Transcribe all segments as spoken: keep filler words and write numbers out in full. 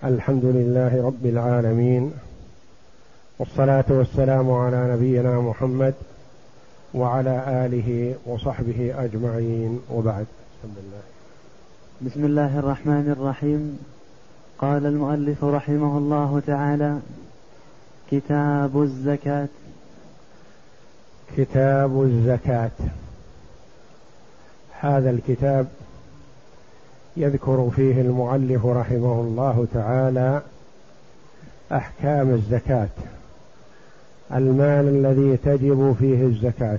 الحمد لله رب العالمين، والصلاة والسلام على نبينا محمد وعلى آله وصحبه أجمعين، وبعد. بسم الله بسم الله الرحمن الرحيم. قال المؤلف رحمه الله تعالى: كتاب الزكاة. كتاب الزكاة، هذا الكتاب يذكر فيه المؤلف رحمه الله تعالى أحكام الزكاة، المال الذي تجب فيه الزكاة،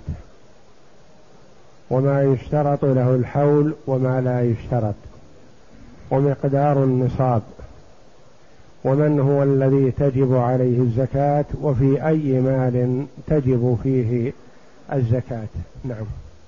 وما يشترط له الحول وما لا يشترط، ومقدار النصاب، ومن هو الذي تجب عليه الزكاة، وفي أي مال تجب فيه الزكاة. نعم.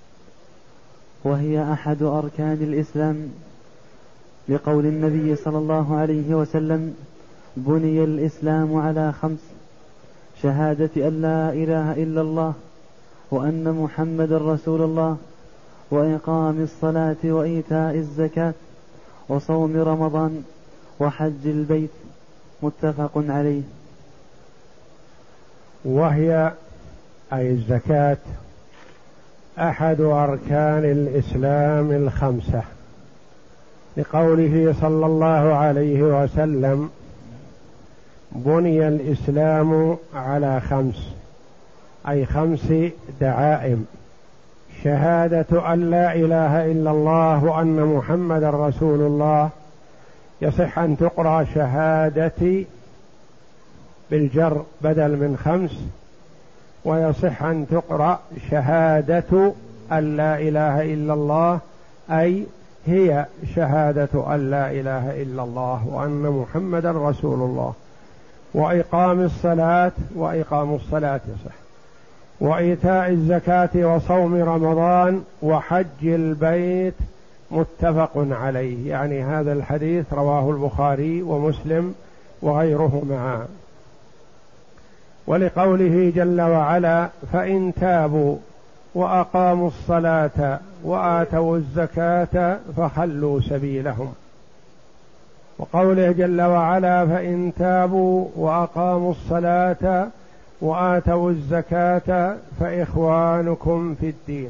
وهي أحد أركان الإسلام، لقول النبي صلى الله عليه وسلم: بني الإسلام على خمس: شهادة أن لا إله إلا الله وأن محمد رسول الله، وإقام الصلاة وإيتاء الزكاة وصوم رمضان وحج البيت. متفق عليه. وهي أي الزكاة أحد أركان الإسلام الخمسة، لقوله صلى الله عليه وسلم: بني الإسلام على خمس، أي خمس دعائم: شهادة أن لا إله إلا الله وأن محمد رسول الله. يصح أن تقرأ شهادتي بالجر بدل من خمس، ويصح أن تقرأ شهادة أن لا إله إلا الله، أي هي شهادة أن لا إله إلا الله وأن محمد رسول الله. وإقام الصلاة، وإقام الصلاة يصح، وإيتاء الزكاة وصوم رمضان وحج البيت. متفق عليه، يعني هذا الحديث رواه البخاري ومسلم وغيره معا. ولقوله جل وعلا: فإن تابوا وأقاموا الصلاة وآتوا الزكاة فخلوا سبيلهم. وقوله جل وعلا: فإن تابوا وأقاموا الصلاة وآتوا الزكاة فإخوانكم في الدين.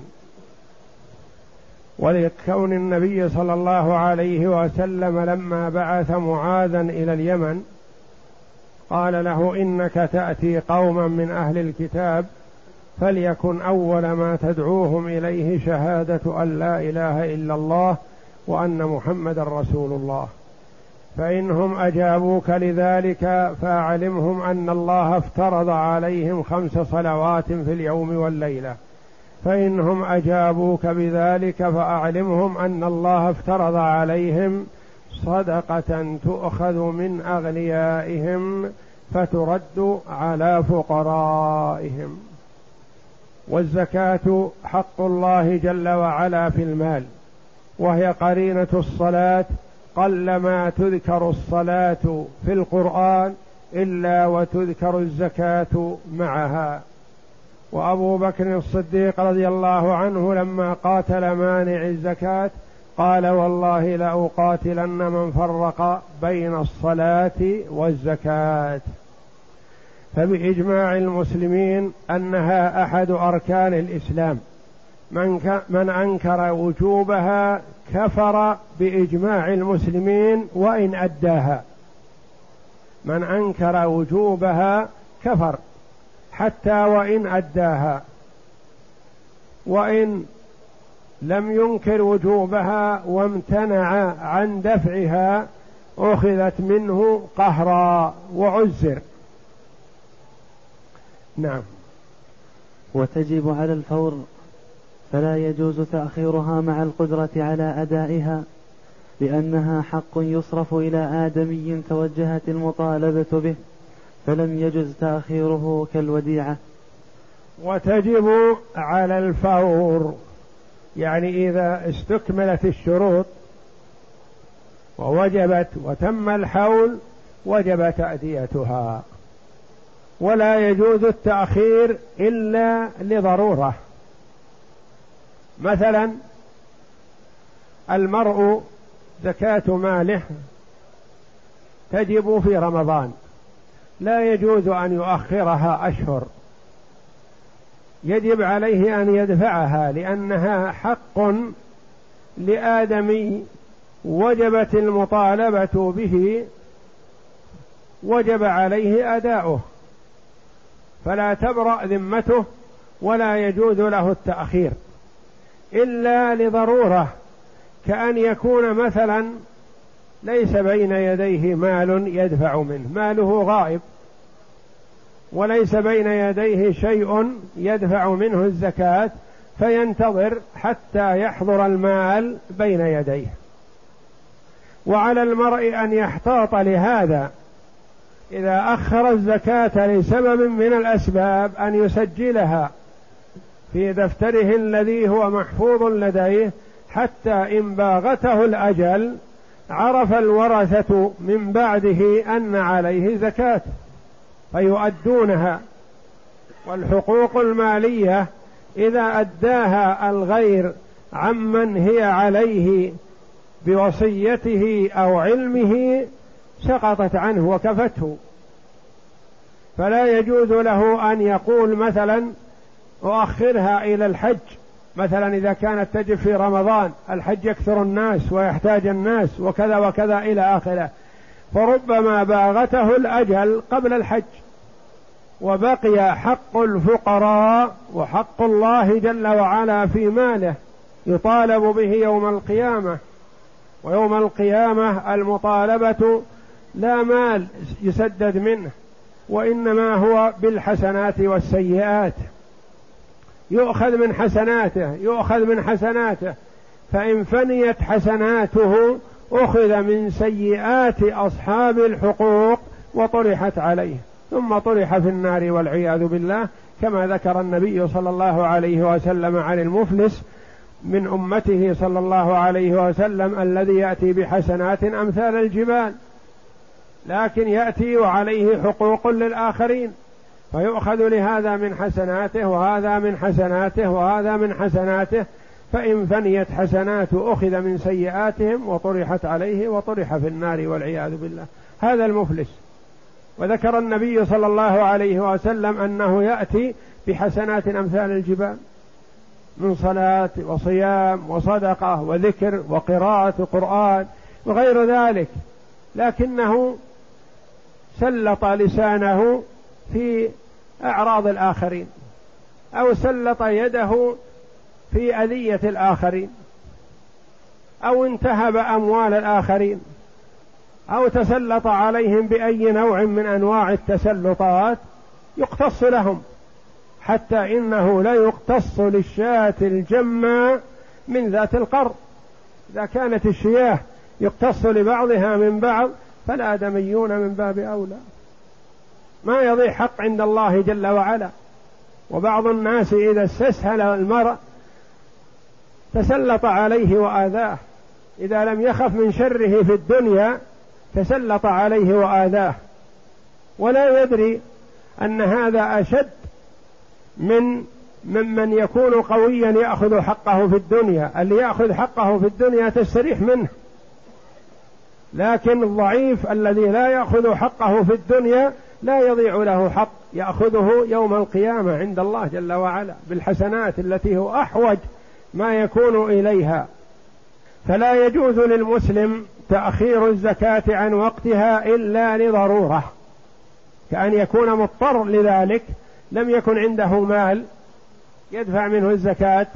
ولكون النبي صلى الله عليه وسلم لما بعث معاذا إلى اليمن قال له: إنك تأتي قوما من أهل الكتاب، فليكن أول ما تدعوهم إليه شهادة أن لا إله إلا الله وأن محمد رسول الله، فإنهم أجابوك لذلك فأعلمهم أن الله افترض عليهم خمس صلوات في اليوم والليلة، فإنهم أجابوك بذلك فأعلمهم أن الله افترض عليهم صدقة تؤخذ من أغنيائهم فترد على فقرائهم. والزكاة حق الله جل وعلا في المال، وهي قرينة الصلاة، قلما تذكر الصلاة في القرآن إلا وتذكر الزكاة معها. وأبو بكر الصديق رضي الله عنه لما قاتل مانع الزكاة قال: والله لأقاتلن من فرق بين الصلاة والزكاة. فبإجماع المسلمين أنها أحد أركان الإسلام، من, ك... من أنكر وجوبها كفر بإجماع المسلمين وإن أداها. من أنكر وجوبها كفر حتى وإن أداها، وإن لم ينكر وجوبها وامتنع عن دفعها أخذت منه قهرا وعزر. نعم. وتجب على الفور، فلا يجوز تأخيرها مع القدرة على أدائها، لأنها حق يصرف إلى آدمي توجهت المطالبة به، فلم يجز تأخيره كالوديعة. وتجب على الفور، يعني إذا استكملت الشروط ووجبت وتم الحول وجب تأديتها، ولا يجوز التأخير إلا لضرورة. مثلا المرء زكاة ماله تجب في رمضان، لا يجوز أن يؤخرها أشهر، يجب عليه أن يدفعها، لأنها حق لآدمي وجبت المطالبة به، وجب عليه أداؤه، فلا تبرأ ذمته ولا يجوز له التأخير إلا لضرورة، كأن يكون مثلا ليس بين يديه مال يدفع منه، ماله غائب وليس بين يديه شيء يدفع منه الزكاة، فينتظر حتى يحضر المال بين يديه. وعلى المرء أن يحتاط لهذا، إذا أخر الزكاة لسبب من الأسباب أن يسجلها في دفتره الذي هو محفوظ لديه، حتى إن باغته الأجل عرف الورثة من بعده أن عليه زكاة فيؤدونها. والحقوق المالية إذا أداها الغير عمن هي عليه بوصيته أو علمه سقطت عنه وكفته، فلا يجوز له أن يقول مثلا أؤخرها إلى الحج، مثلا إذا كانت تجب في رمضان، الحج يكثر الناس ويحتاج الناس وكذا وكذا إلى آخره، فربما باغته الأجل قبل الحج وبقي حق الفقراء وحق الله جل وعلا في ماله يطالب به يوم القيامة. ويوم القيامة المطالبة لا مال يسدد منه، وإنما هو بالحسنات والسيئات، يؤخذ من حسناته يؤخذ من حسناته فإن فنيت حسناته أخذ من سيئات أصحاب الحقوق وطرحت عليه، ثم طرح في النار والعياذ بالله، كما ذكر النبي صلى الله عليه وسلم عن المفلس من أمته صلى الله عليه وسلم الذي يأتي بحسنات أمثال الجبال، لكن يأتي وعليه حقوق للآخرين، فيؤخذ لهذا من حسناته وهذا من حسناته وهذا من حسناته، فإن فنيت حسناته أخذ من سيئاتهم وطرحت عليه وطرح في النار والعياذ بالله. هذا المفلس. وذكر النبي صلى الله عليه وسلم أنه يأتي بحسنات أمثال الجبال من صلاة وصيام وصدقة وذكر وقراءة قرآن وغير ذلك، لكنه سلط لسانه في أعراض الآخرين، أو سلط يده في أذية الآخرين، أو انتهب أموال الآخرين، أو تسلط عليهم بأي نوع من أنواع التسلطات يقتص لهم، حتى إنه لا يقتص للشاة الجمة من ذات القرن. إذا كانت الشياه يقتص لبعضها من بعض فالآدميون من باب أولى. ما يضيع حق عند الله جل وعلا. وبعض الناس إذا استسهل المرء تسلط عليه وآذاه، إذا لم يخف من شره في الدنيا تسلط عليه وآذاه، ولا يدري أن هذا أشد من ممن يكون قويا يأخذ حقه في الدنيا. اللي يأخذ حقه في الدنيا تستريح منه، لكن الضعيف الذي لا يأخذ حقه في الدنيا لا يضيع له حق يأخذه يوم القيامة عند الله جل وعلا بالحسنات التي هو أحوج ما يكون إليها. فلا يجوز للمسلم تأخير الزكاة عن وقتها إلا لضرورة، كأن يكون مضطر لذلك، لم يكن عنده مال يدفع منه الزكاة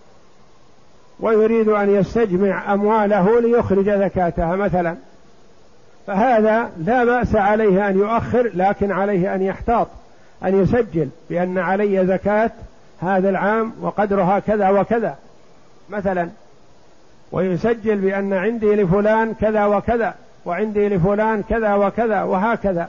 ويريد أن يستجمع أمواله ليخرج زكاتها مثلا، فهذا لا بأس عليه أن يؤخر، لكن عليه أن يحتاط، أن يسجل بأن علي زكاة هذا العام وقدرها كذا وكذا مثلا، ويسجل بأن عندي لفلان كذا وكذا وعندي لفلان كذا وكذا وهكذا،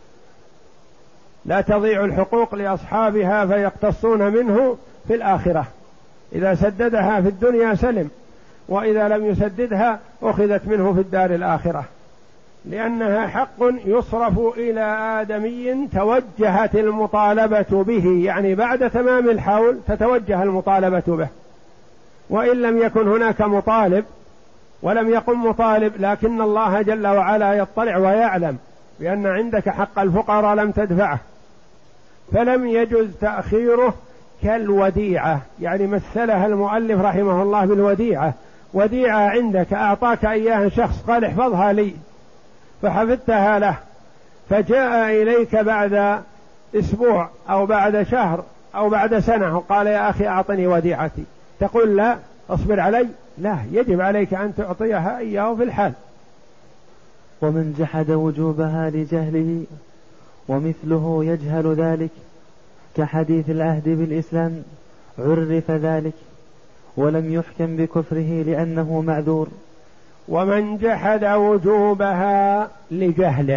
لا تضيع الحقوق لأصحابها فيقتصون منه في الآخرة. إذا سددها في الدنيا سلم، وإذا لم يسددها أخذت منه في الدار الآخرة، لأنها حق يصرف إلى آدمي توجهت المطالبة به، يعني بعد تمام الحول تتوجه المطالبة به، وإن لم يكن هناك مطالب ولم يقم مطالب، لكن الله جل وعلا يطلع ويعلم بأن عندك حق الفقراء لم تدفعه، فلم يجز تأخيره كالوديعة. يعني مثلها المؤلف رحمه الله بالوديعة، وديعة عندك أعطاك إياها شخص قال احفظها لي فحفظتها له، فجاء إليك بعد أسبوع أو بعد شهر أو بعد سنة وقال يا أخي أعطني وديعتي، تقول لا أصبر علي؟ لا، يجب عليك أن تعطيها إياه في الحال. ومن جحد وجوبها لجهله ومثله يجهل ذلك كحديث العهد بالإسلام عرف ذلك ولم يحكم بكفره لأنه معذور. ومن جحد وجوبها لجهله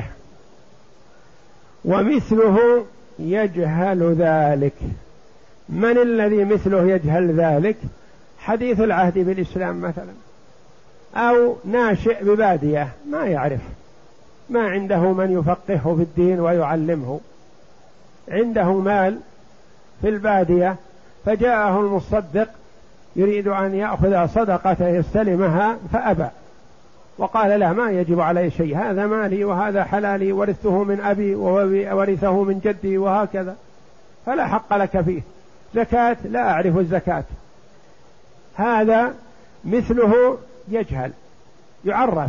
ومثله يجهل ذلك. من الذي مثله يجهل ذلك؟ حديث العهد بالإسلام مثلا، أو ناشئ ببادية ما يعرف، ما عنده من يفقهه في الدين ويعلمه، عنده مال في البادية فجاءه المصدق يريد أن يأخذ صدقته يستلمها فأبى وقال لا، ما يجب عليه شيء، هذا مالي وهذا حلالي ورثته من أبي وورثه من جدي وهكذا، فلا حق لك فيه. زكاة لا أعرف الزكاة، هذا مثله يجهل، يعرف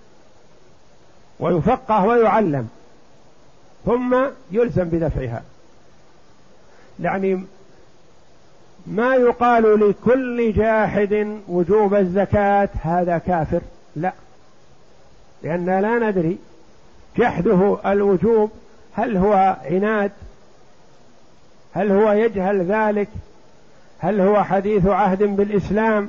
ويفقه ويعلم ثم يلزم بدفعها. يعني ما يقال لكل جاحد وجوب الزكاة هذا كافر، لا، لأننا لا ندري جحده الوجوب هل هو عناد، هل هو يجهل ذلك، هل هو حديث عهد بالإسلام،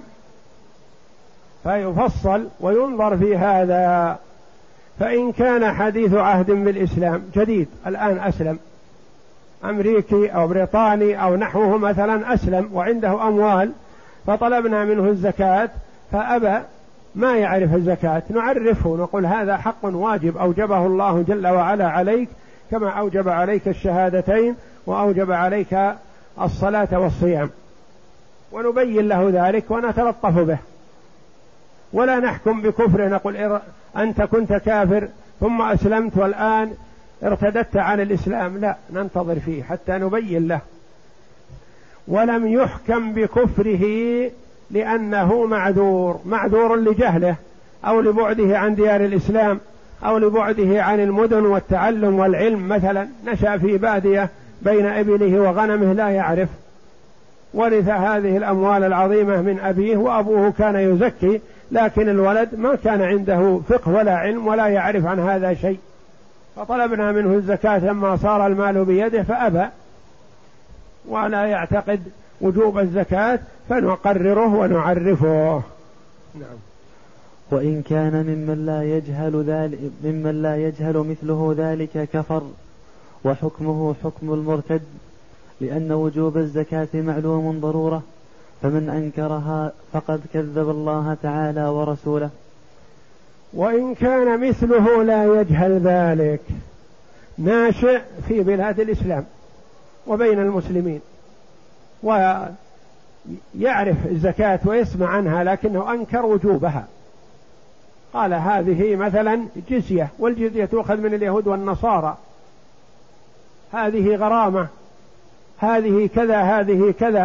فيفصل وينظر في هذا. فإن كان حديث عهد بالإسلام جديد الآن أسلم، أمريكي أو بريطاني أو نحوه مثلا أسلم وعنده أموال فطلبنا منه الزكاة فأبى، ما يعرف الزكاة، نعرفه نقول هذا حق واجب أوجبه الله جل وعلا عليك كما أوجب عليك الشهادتين وأوجب عليك الصلاة والصيام، ونبين له ذلك ونتلطف به، ولا نحكم بكفره نقول أنت كنت كافر ثم أسلمت والآن ارتدت عن الإسلام، لا، ننتظر فيه حتى نبين له. ولم يحكم بكفره لأنه معذور، معذور لجهله أو لبعده عن ديار الإسلام أو لبعده عن المدن والتعلم والعلم، مثلا نشأ في بادية بين إبله وغنمه لا يعرف، ورث هذه الأموال العظيمة من أبيه وأبوه كان يزكي، لكن الولد ما كان عنده فقه ولا علم ولا يعرف عن هذا شيء، فطلبنا منه الزكاة لما صار المال بيده فأبى ولا يعتقد وجوب الزكاة، فنقرره ونعرفه. نعم. وإن كان ممن لا يجهل ذلك ممن لا يجهل مثله ذلك كفر، وحكمه حكم المرتد، لأن وجوب الزكاة معلوم ضرورة، فمن أنكرها فقد كذب الله تعالى ورسوله. وإن كان مثله لا يجهل ذلك، ناشئ في بلاد الإسلام وبين المسلمين ويعرف الزكاة ويسمع عنها لكنه أنكر وجوبها، قال هذه مثلا جزية والجزية تؤخذ من اليهود والنصارى، هذه غرامة، هذه كذا، هذه كذا،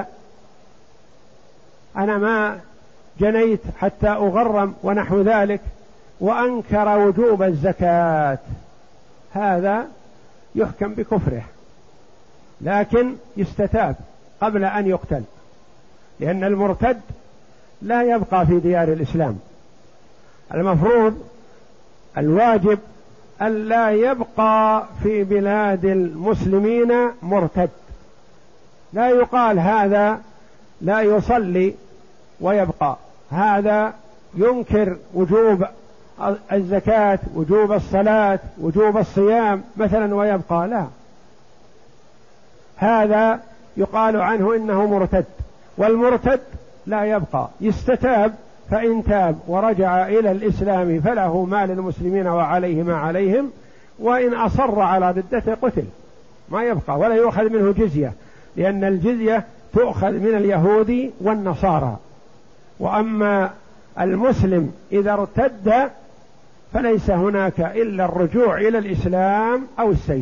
أنا ما جنيت حتى أغرم ونحو ذلك، وأنكر وجوب الزكاة، هذا يحكم بكفره، لكن يستتاب قبل أن يقتل، لأن المرتد لا يبقى في ديار الإسلام. المفروض الواجب أن لا يبقى في بلاد المسلمين مرتد، لا يقال هذا لا يصلي ويبقى، هذا ينكر وجوب الزكاة، وجوب الصلاة، وجوب الصيام مثلا ويبقى، لا، هذا يقال عنه إنه مرتد، والمرتد لا يبقى، يستتاب، فإن تاب ورجع إلى الإسلام فله ما للمسلمين وعليه ما عليهم، وإن أصر على ردته قتل، ما يبقى ولا يؤخذ منه جزية، لأن الجزية تؤخذ من اليهود والنصارى، وأما المسلم إذا ارتد فليس هناك إلا الرجوع إلى الإسلام أو السيف،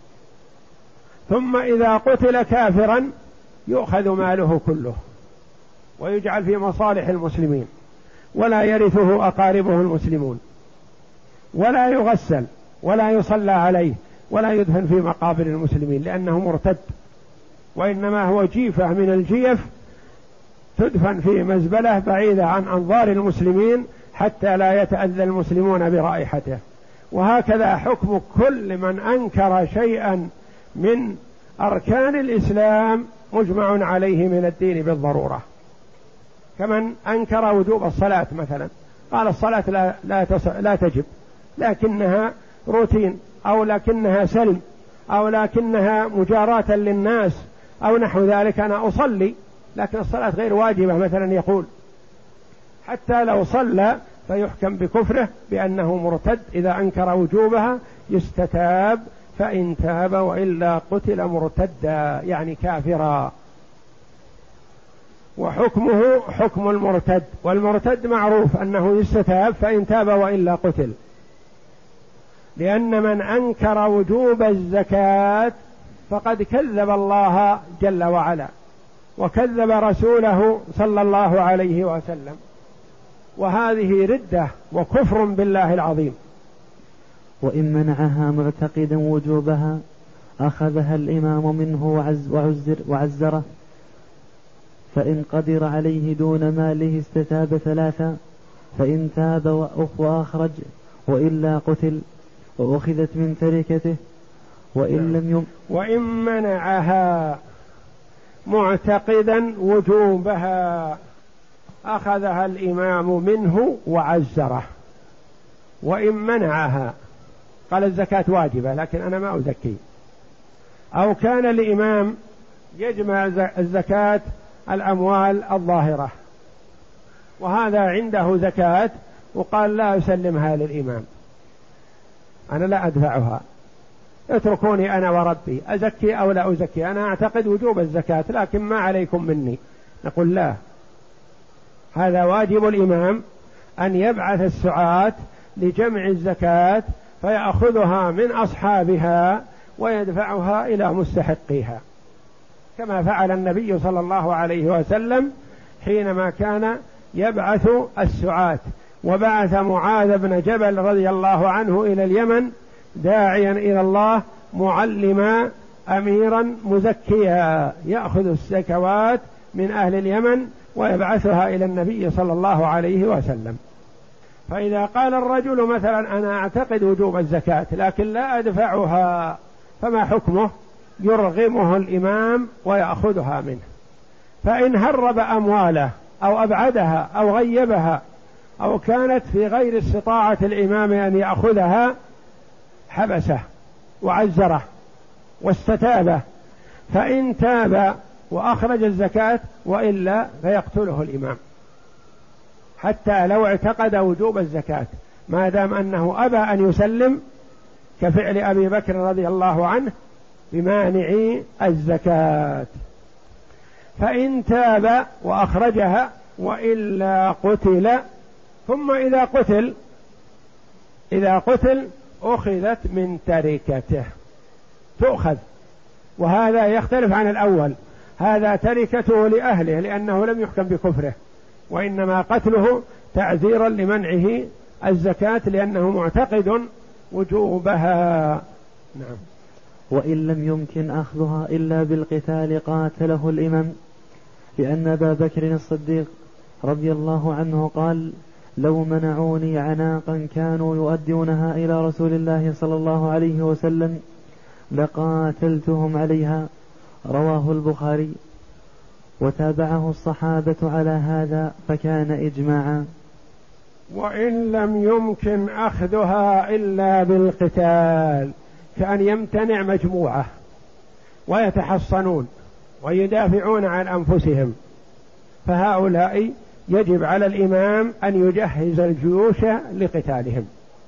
ثم إذا قتل كافرا يؤخذ ماله كله ويجعل في مصالح المسلمين، ولا يرثه أقاربه المسلمون، ولا يغسل ولا يصلى عليه ولا يدفن في مقابر المسلمين لأنه مرتد، وإنما هو جيفة من الجيف تدفن في مزبلة بعيدة عن أنظار المسلمين حتى لا يتأذى المسلمون برائحته. وهكذا حكم كل من أنكر شيئا من أركان الإسلام مجمع عليه من الدين بالضرورة، كمن أنكر وجوب الصلاة مثلا، قال الصلاة لا, لا, لا تجب لكنها روتين، أو لكنها سلم، أو لكنها مجاراة للناس أو نحو ذلك، أنا أصلي لكن الصلاة غير واجبة مثلا يقول، حتى لو صلى فيحكم بكفره بأنه مرتد، إذا أنكر وجوبها يستتاب، فإن تاب وإلا قتل مرتدا يعني كافرا. وحكمه حكم المرتد، والمرتد معروف أنه يستتاب فإن تاب وإلا قتل، لأن من أنكر وجوب الزكاة فقد كذب الله جل وعلا وكذب رسوله صلى الله عليه وسلم، وهذه ردة وكفر بالله العظيم. وإن منعها معتقدا وجوبها أخذها الإمام منه وعز وعزر وعزره، فإن قدر عليه دون ماله استتاب ثلاثا، فإن تاب وأخرج وإلا قتل وأخذت من تركته، وإن لم يم وإن منعها معتقدا وجوبها أخذها الإمام منه وعزره. وإن منعها قال الزكاة واجبة لكن أنا ما أزكي، أو كان الإمام يجمع الزكاة الأموال الظاهرة وهذا عنده زكاة وقال لا أسلمها للإمام، أنا لا أدفعها، اتركوني أنا وربي أزكي أو لا أزكي، أنا أعتقد وجوب الزكاة لكن ما عليكم مني، نقول لا، هذا واجب الإمام أن يبعث السعاة لجمع الزكاة فيأخذها من أصحابها ويدفعها إلى مستحقيها، كما فعل النبي صلى الله عليه وسلم حينما كان يبعث السعاة، وبعث معاذ بن جبل رضي الله عنه إلى اليمن داعيا إلى الله معلما أميرا مزكيا يأخذ الزكوات من أهل اليمن ويبعثها إلى النبي صلى الله عليه وسلم. فإذا قال الرجل مثلا أنا أعتقد وجوب الزكاة لكن لا أدفعها، فما حكمه؟ يرغمه الإمام ويأخذها منه، فإن هرب أمواله أو أبعدها أو غيبها أو كانت في غير استطاعة الإمام أن يأخذها حبسه وعزره واستتابه، فإن تاب وأخرج الزكاة وإلا فيقتله الإمام حتى لو اعتقد وجوب الزكاة، ما دام أنه أبى أن يسلم كفعل أبي بكر رضي الله عنه بمانع الزكاة. فإن تاب وأخرجها وإلا قتل، ثم إذا قتل إذا قتل أخذت من تركته، تؤخذ، وهذا يختلف عن الأول، هذا تركته لأهله لأنه لم يحكم بكفره، وإنما قتله تعذيرا لمنعه الزكاة لأنه معتقد وجوبها. نعم. وإن لم يمكن أخذها إلا بالقتال قاتله الإمام، لأن أبا بكر الصديق رضي الله عنه قال لو منعوني عناقا كانوا يؤدونها إلى رسول الله صلى الله عليه وسلم لقاتلتهم عليها، رواه البخاري. وتابعه الصحابة على هذا فكان إجماعا. وإن لم يمكن أخذها إلا بالقتال، كأن يمتنع مجموعة ويتحصنون ويدافعون عن أنفسهم، فهؤلاء يجب على الإمام أن يجهز الجيوش لقتالهم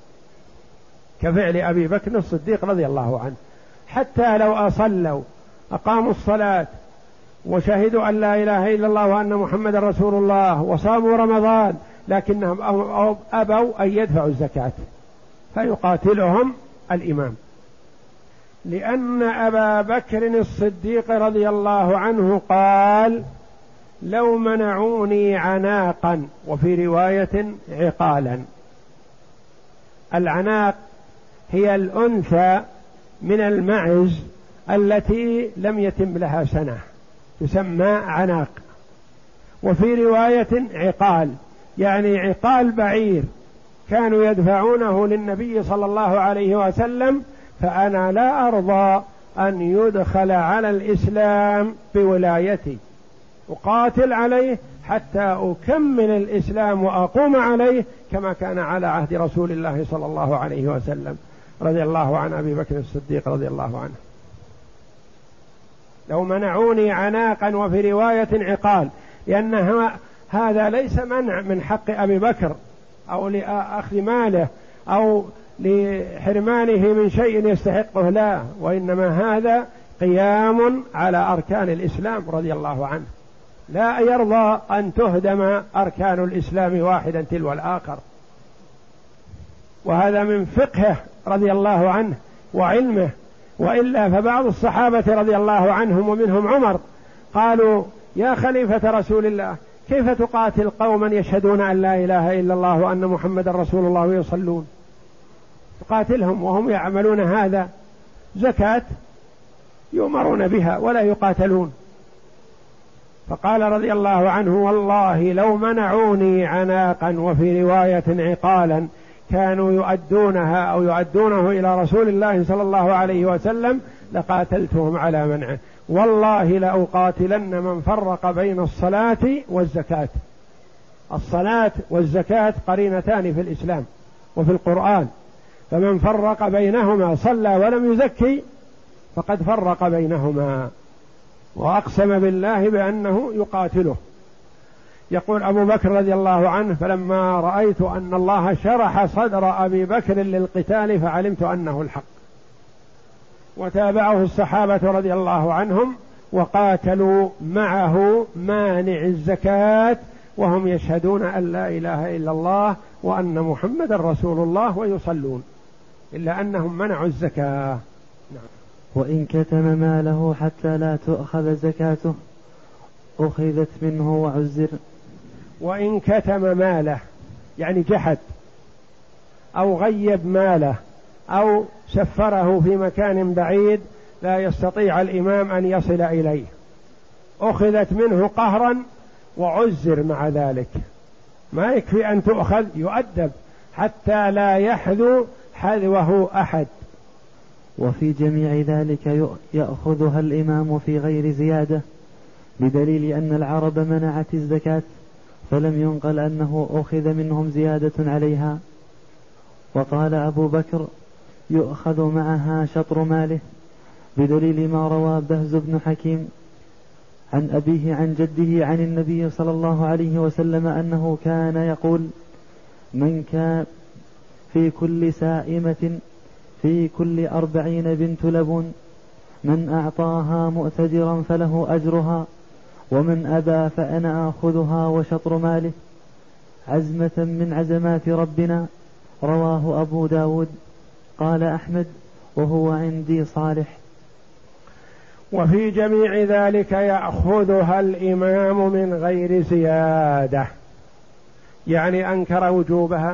كفعل أبي بكر الصديق رضي الله عنه، حتى لو أصلوا أقاموا الصلاة وشهدوا أن لا إله إلا الله وأن محمد رسول الله وصاموا رمضان لكنهم أبوا أن يدفعوا الزكاة فيقاتلهم الإمام. لأن أبا بكر الصديق رضي الله عنه قال: لو منعوني عناقا، وفي رواية عقالا. العناق هي الأنثى من المعز التي لم يتم لها سنة، تسمى عناق. وفي رواية عقال، يعني عقال بعير كانوا يدفعونه للنبي صلى الله عليه وسلم، فأنا لا أرضى أن يدخل على الإسلام بولايتي، أقاتل عليه حتى أكمل الإسلام وأقوم عليه كما كان على عهد رسول الله صلى الله عليه وسلم، رضي الله عن أبي بكر الصديق رضي الله عنه. لو منعوني عناقا، وفي رواية عقال، لأن هذا ليس منع من حق أبي بكر أو لأخذ ماله أو لحرمانه من شيء يستحقه، لا، وإنما هذا قيام على أركان الإسلام رضي الله عنه، لا يرضى أن تهدم أركان الإسلام واحدا تلو الآخر. وهذا من فقهه رضي الله عنه وعلمه. وإلا فبعض الصحابة رضي الله عنهم ومنهم عمر قالوا: يا خليفة رسول الله، كيف تقاتل قوما يشهدون أن لا إله إلا الله وأن محمد رسول الله ويصلون؟ تقاتلهم وهم يعملون هذا، زكاة يؤمرون بها ولا يقاتلون. فقال رضي الله عنه: والله لو منعوني عناقا، وفي رواية عقالا، كانوا يؤدونها أو يؤدونه إلى رسول الله صلى الله عليه وسلم لقاتلتهم على منعه، والله لأقاتلن من فرق بين الصلاة والزكاة. الصلاة والزكاة قرينتان في الإسلام وفي القرآن، فمن فرق بينهما صلى ولم يزكي فقد فرق بينهما، وأقسم بالله بأنه يقاتله. يقول أبو بكر رضي الله عنه: فلما رأيت أن الله شرح صدر أبي بكر للقتال فعلمت أنه الحق. وتابعه الصحابة رضي الله عنهم وقاتلوا معه مانع الزكاة وهم يشهدون أن لا إله إلا الله وأن محمد رسول الله ويصلون، إلا أنهم منعوا الزكاة. نعم. وإن كتم ماله حتى لا تؤخذ زكاته أخذت منه وعزر. وإن كتم ماله يعني جحد أو غيب ماله أو سفره في مكان بعيد لا يستطيع الإمام أن يصل إليه، أخذت منه قهرا وعزر مع ذلك. ما يكفي أن تؤخذ، يؤدب حتى لا يحذو حذوه أحد. وفي جميع ذلك يأخذها الإمام في غير زيادة، بدليل أن العرب منعت الزكاة فلم ينقل أنه أخذ منهم زيادة عليها. وقال أبو بكر: يؤخذ معها شطر ماله، بدليل ما روى بهز بن حكيم عن أبيه عن جده عن النبي صلى الله عليه وسلم أنه كان يقول: من كان في كل سائمة في كل أربعين بنت لبون، من أعطاها مؤتجرا فله أجرها، ومن أبى فأنا آخذها وشطر ماله، عزمة من عزمات ربنا. رواه أبو داود. قال أحمد: وهو عندي صالح. وفي جميع ذلك يأخذها الإمام من غير زيادة، يعني أنكر وجوبها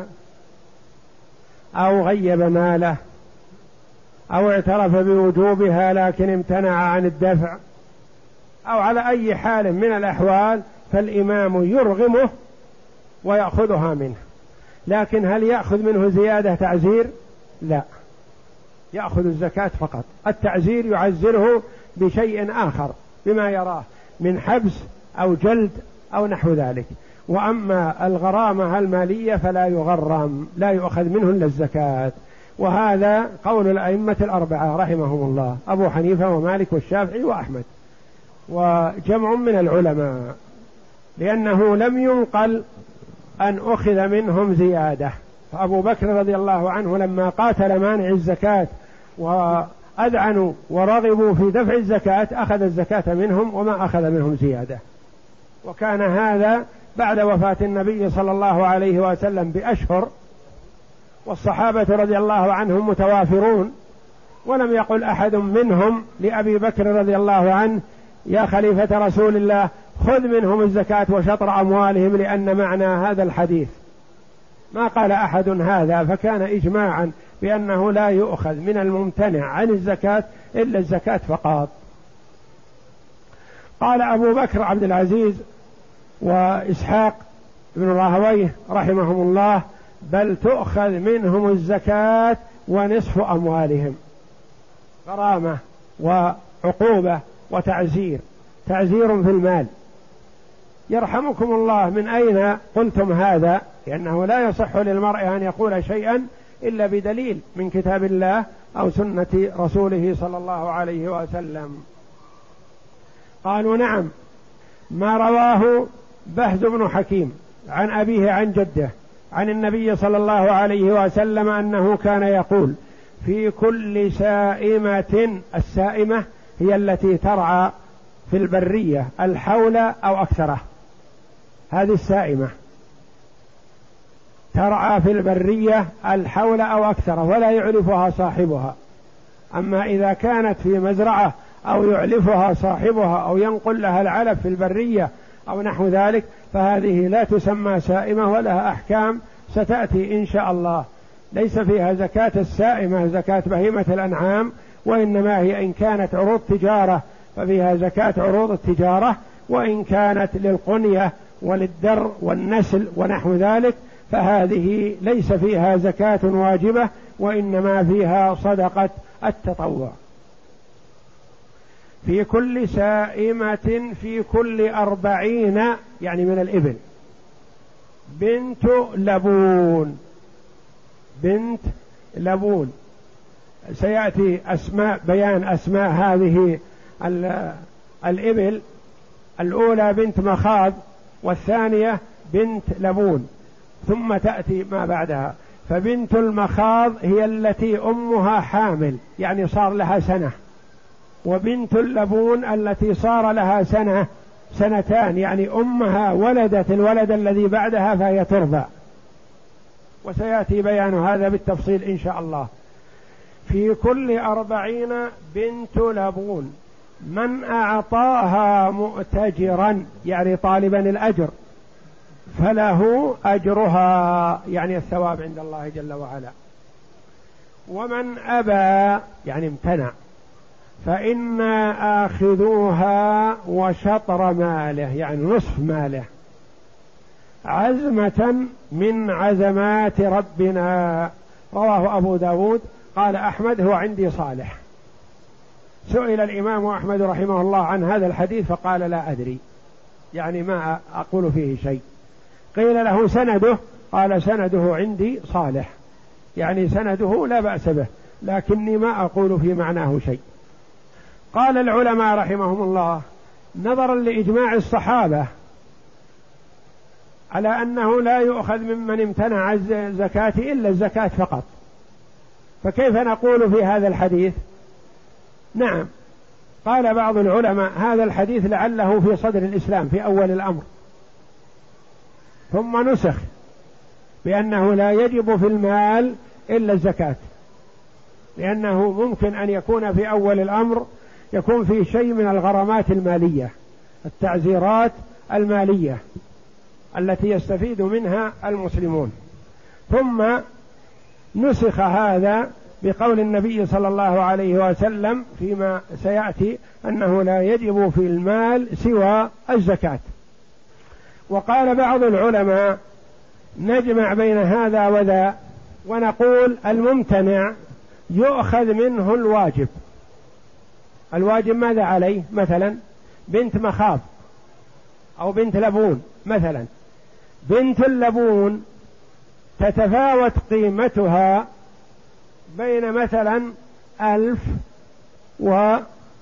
أو غيب ماله أو اعترف بوجوبها لكن امتنع عن الدفع أو على أي حال من الأحوال، فالإمام يرغمه ويأخذها منه. لكن هل يأخذ منه زيادة تعزير؟ لا، يأخذ الزكاة فقط. التعزير يعزره بشيء آخر بما يراه من حبس أو جلد أو نحو ذلك. وأما الغرامة المالية فلا يغرم، لا يؤخذ منه إلا الزكاة. وهذا قول الأئمة الأربعة رحمهم الله، أبو حنيفة ومالك والشافعي وأحمد وجمع من العلماء، لأنه لم ينقل أن أخذ منهم زيادة. فأبو بكر رضي الله عنه لما قاتل مانع الزكاة وأذعنوا ورغبوا في دفع الزكاة أخذ الزكاة منهم وما أخذ منهم زيادة، وكان هذا بعد وفاة النبي صلى الله عليه وسلم بأشهر، والصحابة رضي الله عنهم متوافرون، ولم يقل أحد منهم لأبي بكر رضي الله عنه يا خليفة رسول الله خذ منهم الزكاة وشطر أموالهم لأن معنى هذا الحديث، ما قال أحد هذا، فكان إجماعا بأنه لا يؤخذ من الممتنع عن الزكاة إلا الزكاة فقط. قال أبو بكر عبد العزيز وإسحاق بن راهويه رحمهم الله بل تؤخذ منهم الزكاة ونصف أموالهم، غرامة وعقوبة وتعزير، تعزير في المال. يرحمكم الله، من أين قلتم هذا؟ لأنه لا يصح للمرء أن يقول شيئا إلا بدليل من كتاب الله أو سنة رسوله صلى الله عليه وسلم. قالوا نعم، ما رواه بهز بن حكيم عن أبيه عن جده عن النبي صلى الله عليه وسلم أنه كان يقول في كل سائمة، السائمة هي التي ترعى في البرية الحول أو أكثره، هذه السائمة ترعى في البرية الحول أو أكثره ولا يعلفها صاحبها. أما إذا كانت في مزرعة أو يعلفها صاحبها أو ينقل لها العلف في البرية أو نحو ذلك فهذه لا تسمى سائمة ولها أحكام ستأتي إن شاء الله. ليس فيها زكاة السائمة زكاة بهيمة الأنعام، وإنما هي إن كانت عروض تجارة ففيها زكاة عروض التجارة، وإن كانت للقنية وللدر والنسل ونحو ذلك فهذه ليس فيها زكاة واجبة وإنما فيها صدقة التطوع. في كل سائمة في كل أربعين يعني من الإبل بنت لبون، بنت لبون سيأتي أسماء بيان أسماء هذه الإبل، الأولى بنت مخاض والثانية بنت لبون، ثم تأتي ما بعدها. فبنت المخاض هي التي أمها حامل يعني صار لها سنة، وبنت اللبون التي صار لها سنة سنتان يعني أمها ولدت الولد الذي بعدها فهي ترضع، وسيأتي بيان هذا بالتفصيل إن شاء الله. في كل أربعين بنت لبون من أعطاها مؤتجرا يعني طالبا الأجر فله أجرها يعني الثواب عند الله جل وعلا، ومن أبى يعني امتنع فإنا آخذوها وشطر ماله يعني نصف ماله عزمة من عزمات ربنا. رواه أبو داود. قال أحمد هو عندي صالح. سئل الإمام أحمد رحمه الله عن هذا الحديث فقال لا أدري يعني ما أقول فيه شيء. قيل له سنده قال سنده عندي صالح يعني سنده لا بأس به لكني ما أقول في معناه شيء. قال العلماء رحمهم الله نظرا لإجماع الصحابة على أنه لا يؤخذ ممن امتنع الزكاة إلا الزكاة فقط، فكيف نقول في هذا الحديث؟ نعم، قال بعض العلماء هذا الحديث لعله في صدر الإسلام في أول الأمر ثم نسخ بأنه لا يجب في المال إلا الزكاة، لأنه ممكن أن يكون في أول الأمر يكون في شيء من الغرامات المالية التعزيرات المالية التي يستفيد منها المسلمون، ثم نسخ هذا بقول النبي صلى الله عليه وسلم فيما سيأتي أنه لا يجب في المال سوى الزكاة. وقال بعض العلماء نجمع بين هذا وذا ونقول الممتنع يؤخذ منه الواجب. الواجب ماذا عليه؟ مثلا بنت مخاض أو بنت لبون مثلا، بنت اللبون تتفاوت قيمتها بين مثلا ألف وخمسة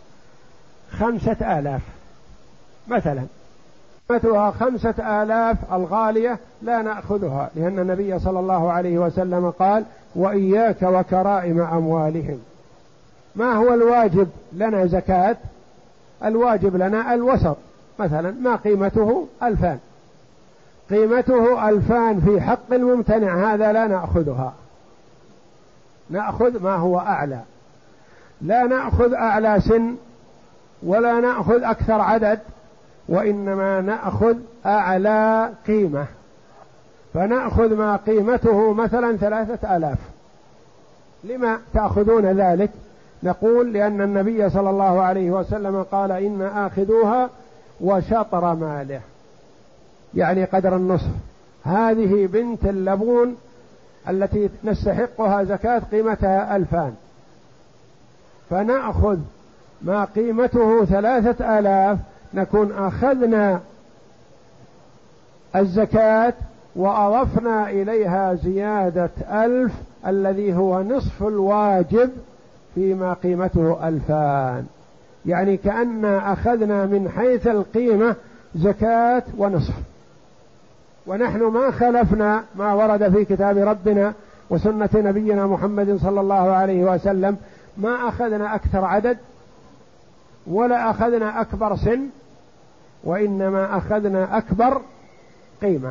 آلاف مثلا، قيمتها خمسة آلاف الغالية لا نأخذها، لأن النبي صلى الله عليه وسلم قال وإياك وكرائم أموالهم. ما هو الواجب لنا زكاة؟ الواجب لنا الوسط مثلا ما قيمته ألفان، قيمته ألفان في حق الممتنع، هذا لا نأخذها، نأخذ ما هو أعلى، لا نأخذ أعلى سن ولا نأخذ أكثر عدد، وإنما نأخذ أعلى قيمة، فنأخذ ما قيمته مثلا ثلاثة آلاف. لما تأخذون ذلك؟ نقول لأن النبي صلى الله عليه وسلم قال إن آخذوها وشطر ماله، يعني قدر النصف. هذه بنت اللبون التي نستحقها زكاة قيمتها ألفان، فنأخذ ما قيمته ثلاثة آلاف، نكون أخذنا الزكاة وأضفنا إليها زيادة ألف الذي هو نصف الواجب فيما قيمته ألفان، يعني كأننا أخذنا من حيث القيمة زكاة ونصف، ونحن ما خلفنا ما ورد في كتاب ربنا وسنة نبينا محمد صلى الله عليه وسلم، ما أخذنا أكثر عدد ولا أخذنا أكبر سن، وإنما أخذنا أكبر قيمة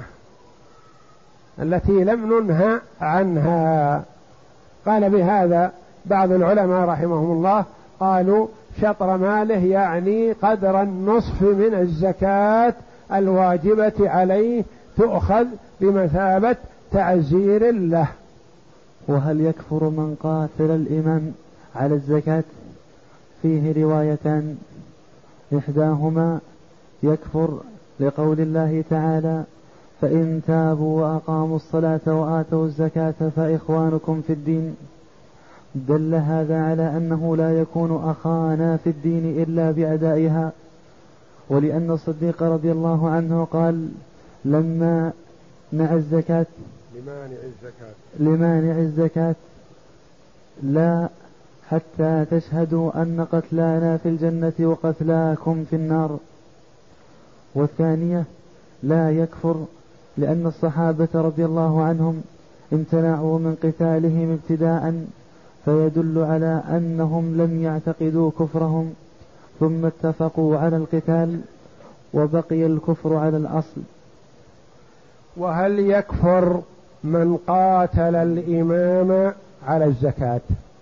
التي لم ننهى عنها. قال بهذا بعض العلماء رحمهم الله، قالوا شطر ماله يعني قدر النصف من الزكاة الواجبة عليه، تؤخذ بمثابة تعزير له. وهل يكفر من قاتل الإمام على الزكاة؟ فيه روايتان، إحداهما يكفر لقول الله تعالى فإن تابوا وأقاموا الصلاة وآتوا الزكاة فإخوانكم في الدين، دل هذا على أنه لا يكون أخانا في الدين إلا بأدائها، ولأن الصديق رضي الله عنه قال لما نعى الزكاة لمانع الزكاة لمانع الزكاة لا حتى تشهدوا أن قتلانا في الجنة وقتلاكم في النار. والثانية لا يكفر لأن الصحابة رضي الله عنهم امتنعوا من قتالهم ابتداء، فيدل على أنهم لم يعتقدوا كفرهم ثم اتفقوا على القتال وبقي الكفر على الأصل. وهل يكفر من قاتل الإمام على الزكاة؟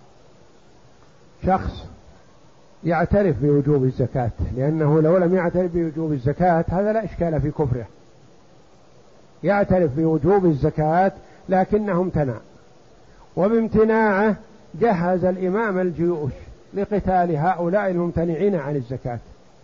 شخص يعترف بوجوب الزكاة، لأنه لو لم يعترف بوجوب الزكاة هذا لا إشكال في كفره، يعترف بوجوب الزكاة لكنه امتنع، وبامتناعه جهز الإمام الجيوش لقتال هؤلاء الممتنعين عن الزكاة،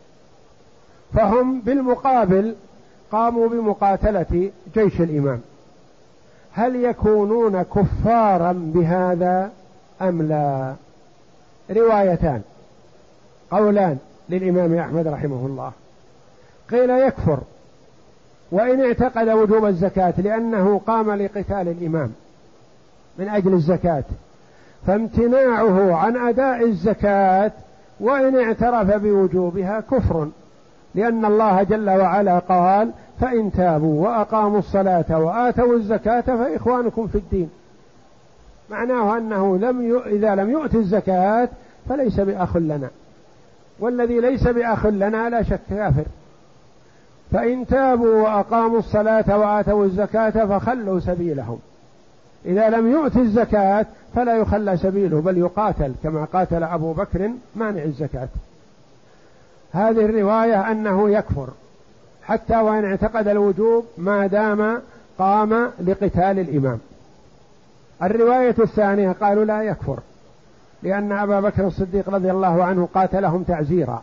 فهم بالمقابل قاموا بمقاتلة جيش الإمام. هل يكونون كفارا بهذا أم لا؟ روايتان، قولان للإمام أحمد رحمه الله. قيل يكفر وإن اعتقد وجوب الزكاة، لأنه قام لقتال الإمام من أجل الزكاة، فامتناعه عن أداء الزكاة وإن اعترف بوجوبها كفر، لأن الله جل وعلا قال فإن تابوا وأقاموا الصلاة وآتوا الزكاة فإخوانكم في الدين، معناه أنه لم ي... إذا لم يؤت الزكاة فليس بأخ لنا، والذي ليس بأخ لنا لا شك كافر. فإن تابوا وأقاموا الصلاة وآتوا الزكاة فخلوا سبيلهم، إذا لم يؤت الزكاة فلا يخلى سبيله بل يقاتل كما قاتل أبو بكر مانع الزكاة. هذه الرواية أنه يكفر حتى وإن اعتقد الوجوب ما دام قام لقتال الإمام. الرواية الثانية قالوا لا يكفر، لأن أبا بكر الصديق رضي الله عنه قاتلهم تعزيرا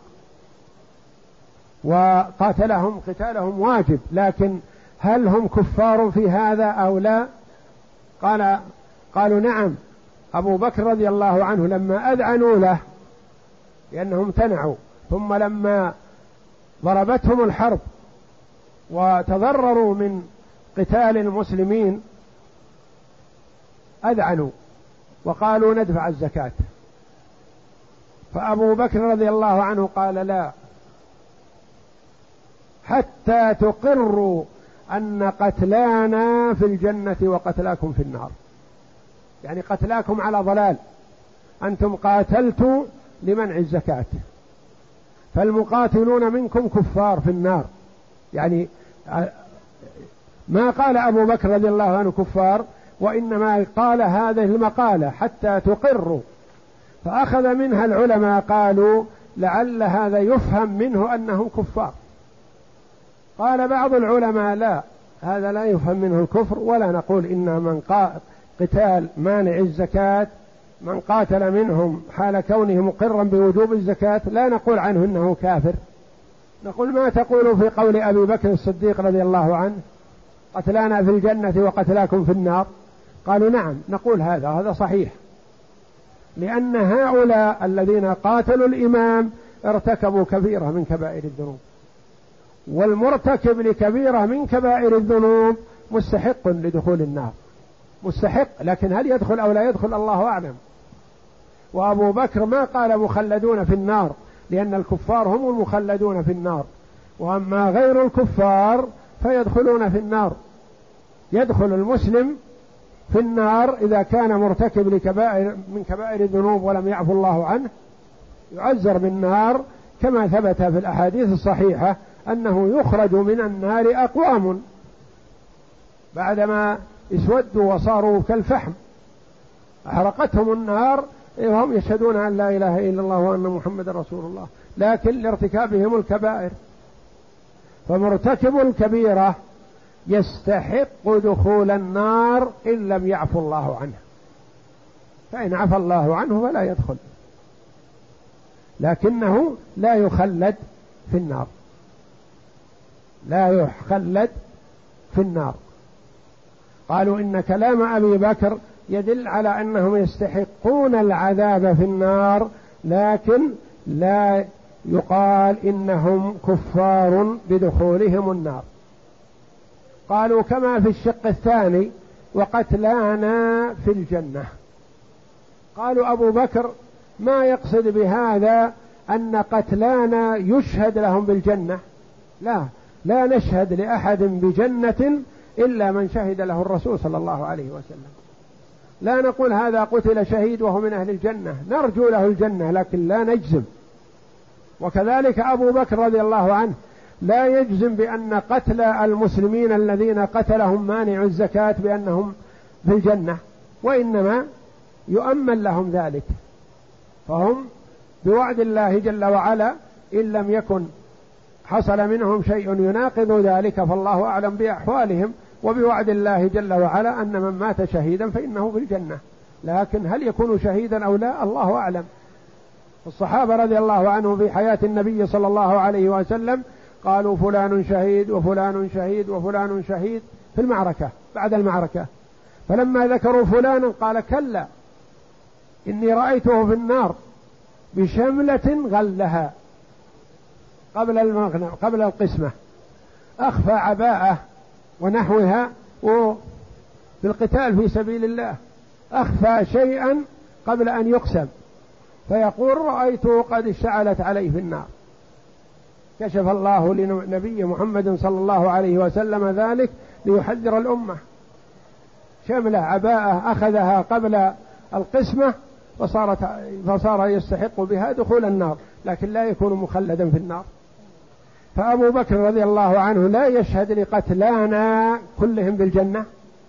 وقاتلهم قتالهم واجب، لكن هل هم كفار في هذا أو لا؟ قال قالوا نعم، أبو بكر رضي الله عنه لما أذعنوا له لأنهم امتنعوا، ثم لما ضربتهم الحرب وتضرروا من قتال المسلمين أذعنوا وقالوا ندفع الزكاة، فأبو بكر رضي الله عنه قال لا، حتى تقروا أن قتلانا في الجنة وقتلاكم في النار، يعني قتلاكم على ضلال، أنتم قاتلتوا لمنع الزكاة، فالمقاتلون منكم كفار في النار، يعني ما قال أبو بكر رضي الله عنه كفار، وإنما قال هذه المقالة حتى تقروا، فأخذ منها العلماء قالوا لعل هذا يفهم منه أنهم كفار. قال بعض العلماء لا، هذا لا يفهم منه الكفر، ولا نقول إن من قتال مانع الزكاة من قاتل منهم حال كونه مقرا بوجوب الزكاة لا نقول عنه إنه كافر، نقول ما تقول في قول أبي بكر الصديق رضي الله عنه قتلانا في الجنة وقتلاكم في النار؟ قالوا نعم، نقول هذا هذا صحيح، لأن هؤلاء الذين قاتلوا الإمام ارتكبوا كبيرة من كبائر الذنوب، والمرتكب لكبيرة من كبائر الذنوب مستحق لدخول النار، مستحق، لكن هل يدخل أو لا يدخل الله أعلم. وأبو بكر ما قال مخلدون في النار، لأن الكفار هم المخلدون في النار، وأما غير الكفار فيدخلون في النار. يدخل المسلم في النار إذا كان مرتكب لكبائر من كبائر الذنوب ولم يعفو الله عنه، يعذر بالنار، كما ثبت في الأحاديث الصحيحة أنه يخرج من النار أقوام بعدما اسودوا وصاروا كالفحم، أحرقتهم النار وهم يشهدون أن لا إله إلا الله وأن محمد رسول الله، لكن لارتكابهم الكبائر. فمرتكب الكبيرة يستحق دخول النار إن لم يعفو الله عنه، فإن عفى الله عنه فلا يدخل، لكنه لا يخلد في النار، لا يخلد في النار. قالوا إن كلام أبي بكر يدل على أنهم يستحقون العذاب في النار، لكن لا يقال إنهم كفار بدخولهم النار. قالوا كما في الشق الثاني وقتلانا في الجنة. قالوا أبو بكر ما يقصد بهذا أن قتلانا يشهد لهم بالجنة، لا لا نشهد لأحد بجنة إلا من شهد له الرسول صلى الله عليه وسلم، لا نقول هذا قتل شهيد وهو من أهل الجنة، نرجو له الجنة لكن لا نجزم. وكذلك أبو بكر رضي الله عنه لا يجزم بأن قتل المسلمين الذين قتلهم مانع الزكاة بأنهم في الجنة، وإنما يؤمن لهم ذلك، فهم بوعد الله جل وعلا إن لم يكن حصل منهم شيء يناقض ذلك فالله أعلم بأحوالهم، وبوعد الله جل وعلا أن من مات شهيدا فإنه في الجنة، لكن هل يكون شهيدا أو لا الله أعلم. الصحابة رضي الله عنهم في حياة النبي صلى الله عليه وسلم قالوا فلان شهيد وفلان شهيد وفلان شهيد في المعركة بعد المعركة، فلما ذكروا فلانا قال كلا إني رأيته في النار بشملة غلها قبل المغنم قبل القسمة، أخفى عباءة ونحوها وفي القتال في سبيل الله أخفى شيئا قبل أن يقسم، فيقول رأيته قد اشتعلت عليه في النار. كشف الله لنبي محمد صلى الله عليه وسلم ذلك ليحذر الأمة. شملة عباءة أخذها قبل القسمة فصارت فصار يستحق بها دخول النار، لكن لا يكون مخلدا في النار. فأبو بكر رضي الله عنه لا يشهد لقتلانا كلهم بالجنة،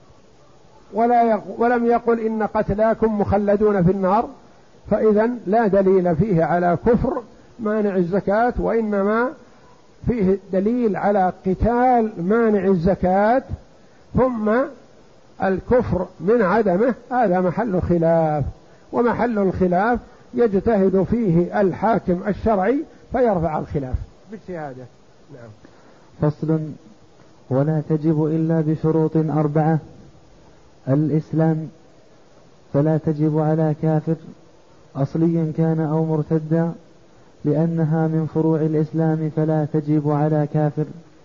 ولا ولم يقل إن قتلاكم مخلدون في النار، فإذا لا دليل فيه على كفر مانع الزكاة، وإنما فيه دليل على قتال مانع الزكاة، ثم الكفر من عدمه هذا محل خلاف، ومحل الخلاف يجتهد فيه الحاكم الشرعي فيرفع الخلاف باجتهاده. نعم. فصل: ولا تجب إلا بشروط أربعة: الإسلام، فلا تجب على كافر أصليا كان أو مرتدا، لأنها من فروع الإسلام فلا تجب على كافر،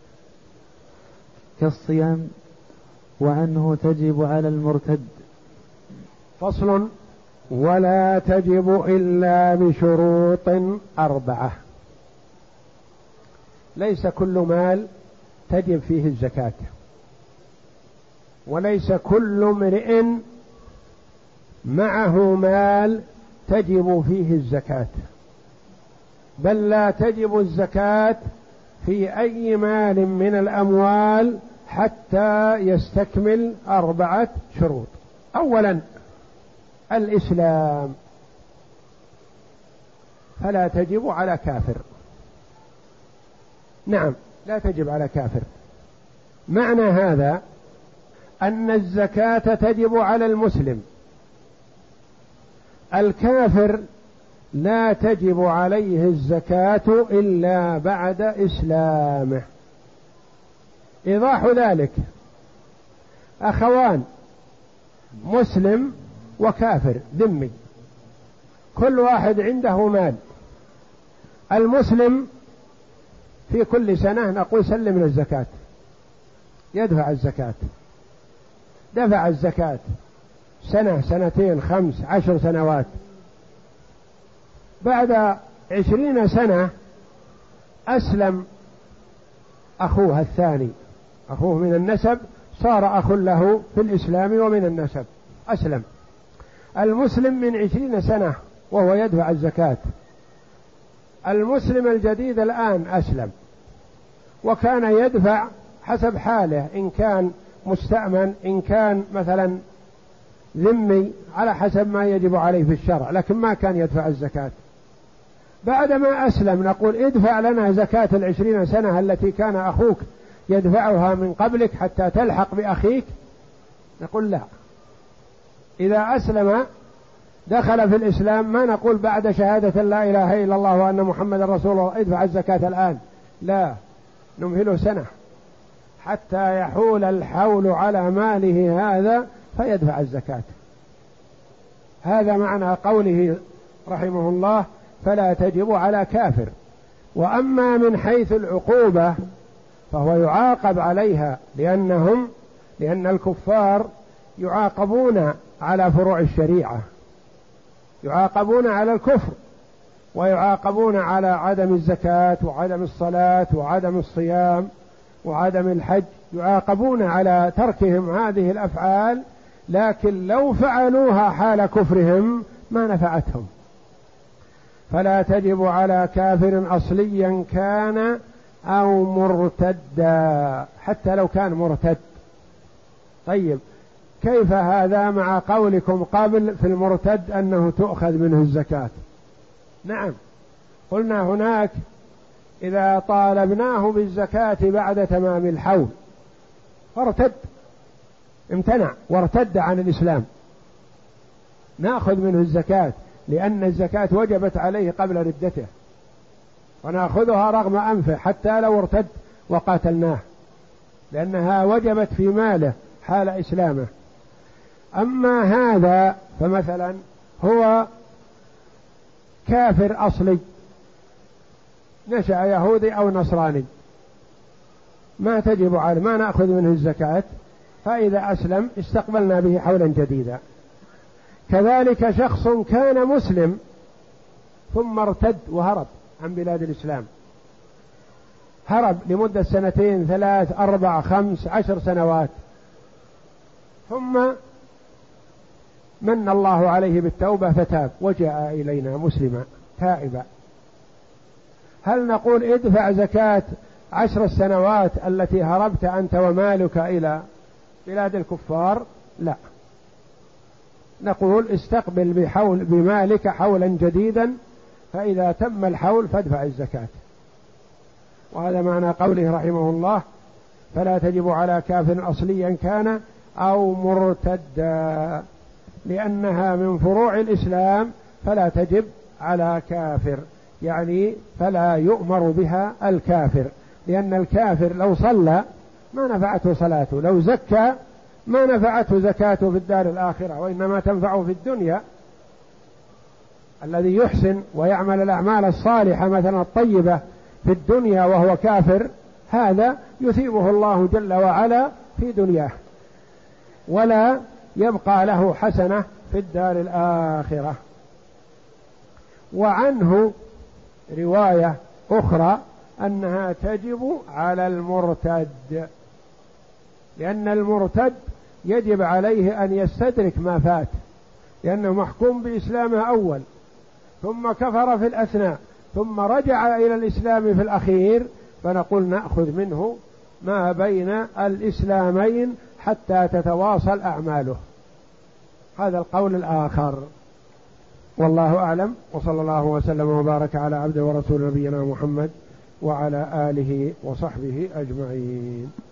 كالصيام، وعنه تجب على المرتد. فصل: ولا تجب إلا بشروط أربعة. ليس كل مال تجب فيه الزكاة، وليس كل امرئ معه مال تجب فيه الزكاة، بل لا تجب الزكاة في أي مال من الأموال حتى يستكمل أربعة شروط. أولا الإسلام، فلا تجب على كافر. نعم، لا تجب على كافر. معنى هذا أن الزكاة تجب على المسلم، الكافر لا تجب عليه الزكاة إلا بعد إسلامه. إيضاح ذلك: أخوان مسلم وكافر ذمي، كل واحد عنده مال. المسلم في كل سنة نقول سلم الزكاة، يدفع الزكاة، دفع الزكاة سنة سنتين خمس عشر سنوات، بعد عشرين سنة أسلم أخوه الثاني، أخوه من النسب صار أخ له في الإسلام ومن النسب، أسلم. المسلم من عشرين سنة وهو يدفع الزكاة، المسلم الجديد الآن أسلم وكان يدفع حسب حاله، إن كان مستأمن، إن كان مثلا ذمي، على حسب ما يجب عليه في الشرع، لكن ما كان يدفع الزكاة. بعدما أسلم نقول ادفع لنا زكاة العشرين سنة التي كان أخوك يدفعها من قبلك حتى تلحق بأخيك. نقول لا، إذا أسلم دخل في الإسلام ما نقول بعد شهادة لا إله إلا الله وأن محمد رسول الله ادفع الزكاة الآن، لا، نمهله سنة حتى يحول الحول على ماله هذا فيدفع الزكاة. هذا معنى قوله رحمه الله: فلا تجب على كافر. وأما من حيث العقوبة فهو يعاقب عليها، لأنهم لأن الكفار يعاقبون على فروع الشريعة، يعاقبون على الكفر، ويعاقبون على عدم الزكاة وعدم الصلاة وعدم الصيام وعدم الحج، يعاقبون على تركهم هذه الأفعال، لكن لو فعلوها حال كفرهم ما نفعتهم. فلا تجب على كافر أصليا كان أو مرتدا، حتى لو كان مرتد. طيب، كيف هذا مع قولكم قبل في المرتد أنه تؤخذ منه الزكاة؟ نعم، قلنا هناك إذا طالبناه بالزكاة بعد تمام الحول فارتد، امتنع وارتد عن الإسلام، نأخذ منه الزكاة، لأن الزكاة وجبت عليه قبل ردته، ونأخذها رغم أنفه حتى لو ارتد وقاتلناه، لأنها وجبت في ماله حال إسلامه. أما هذا فمثلا هو كافر أصلي، نشأ يهودي أو نصراني، ما تجب عليه، ما نأخذ منه الزكاة، فإذا أسلم استقبلنا به حولا جديدا. كذلك شخص كان مسلم ثم ارتد وهرب عن بلاد الإسلام، هرب لمدة سنتين ثلاث أربع خمس عشر سنوات، ثم من الله عليه بالتوبة فتاب وجاء إلينا مسلما تائبا، هل نقول ادفع زكاة عشر السنوات التي هربت أنت ومالك إلى بلاد الكفار؟ لا، نقول استقبل بحول بمالك حولا جديدا، فإذا تم الحول فادفع الزكاة. وهذا معنى قوله رحمه الله: فلا تجب على كافر أصليا كان أو مرتدا، لأنها من فروع الإسلام فلا تجب على كافر، يعني فلا يؤمر بها الكافر، لأن الكافر لو صلى ما نفعته صلاته، لو زكى ما نفعته زكاته في الدار الآخرة، وإنما تنفعه في الدنيا. الذي يحسن ويعمل الأعمال الصالحة مثلا الطيبة في الدنيا وهو كافر، هذا يثيبه الله جل وعلا في دنياه، ولا يبقى له حسنة في الدار الآخرة. وعنه رواية أخرى أنها تجب على المرتد، لأن المرتد يجب عليه أن يستدرك ما فات، لأنه محكوم بإسلامه أول، ثم كفر في الأثناء، ثم رجع إلى الإسلام في الأخير، فنقول نأخذ منه ما بين الإسلامين حتى تتواصل أعماله. هذا القول الآخر، والله أعلم، وصلى الله وسلم وبارك على عبده ورسول نبينا محمد وعلى آله وصحبه أجمعين.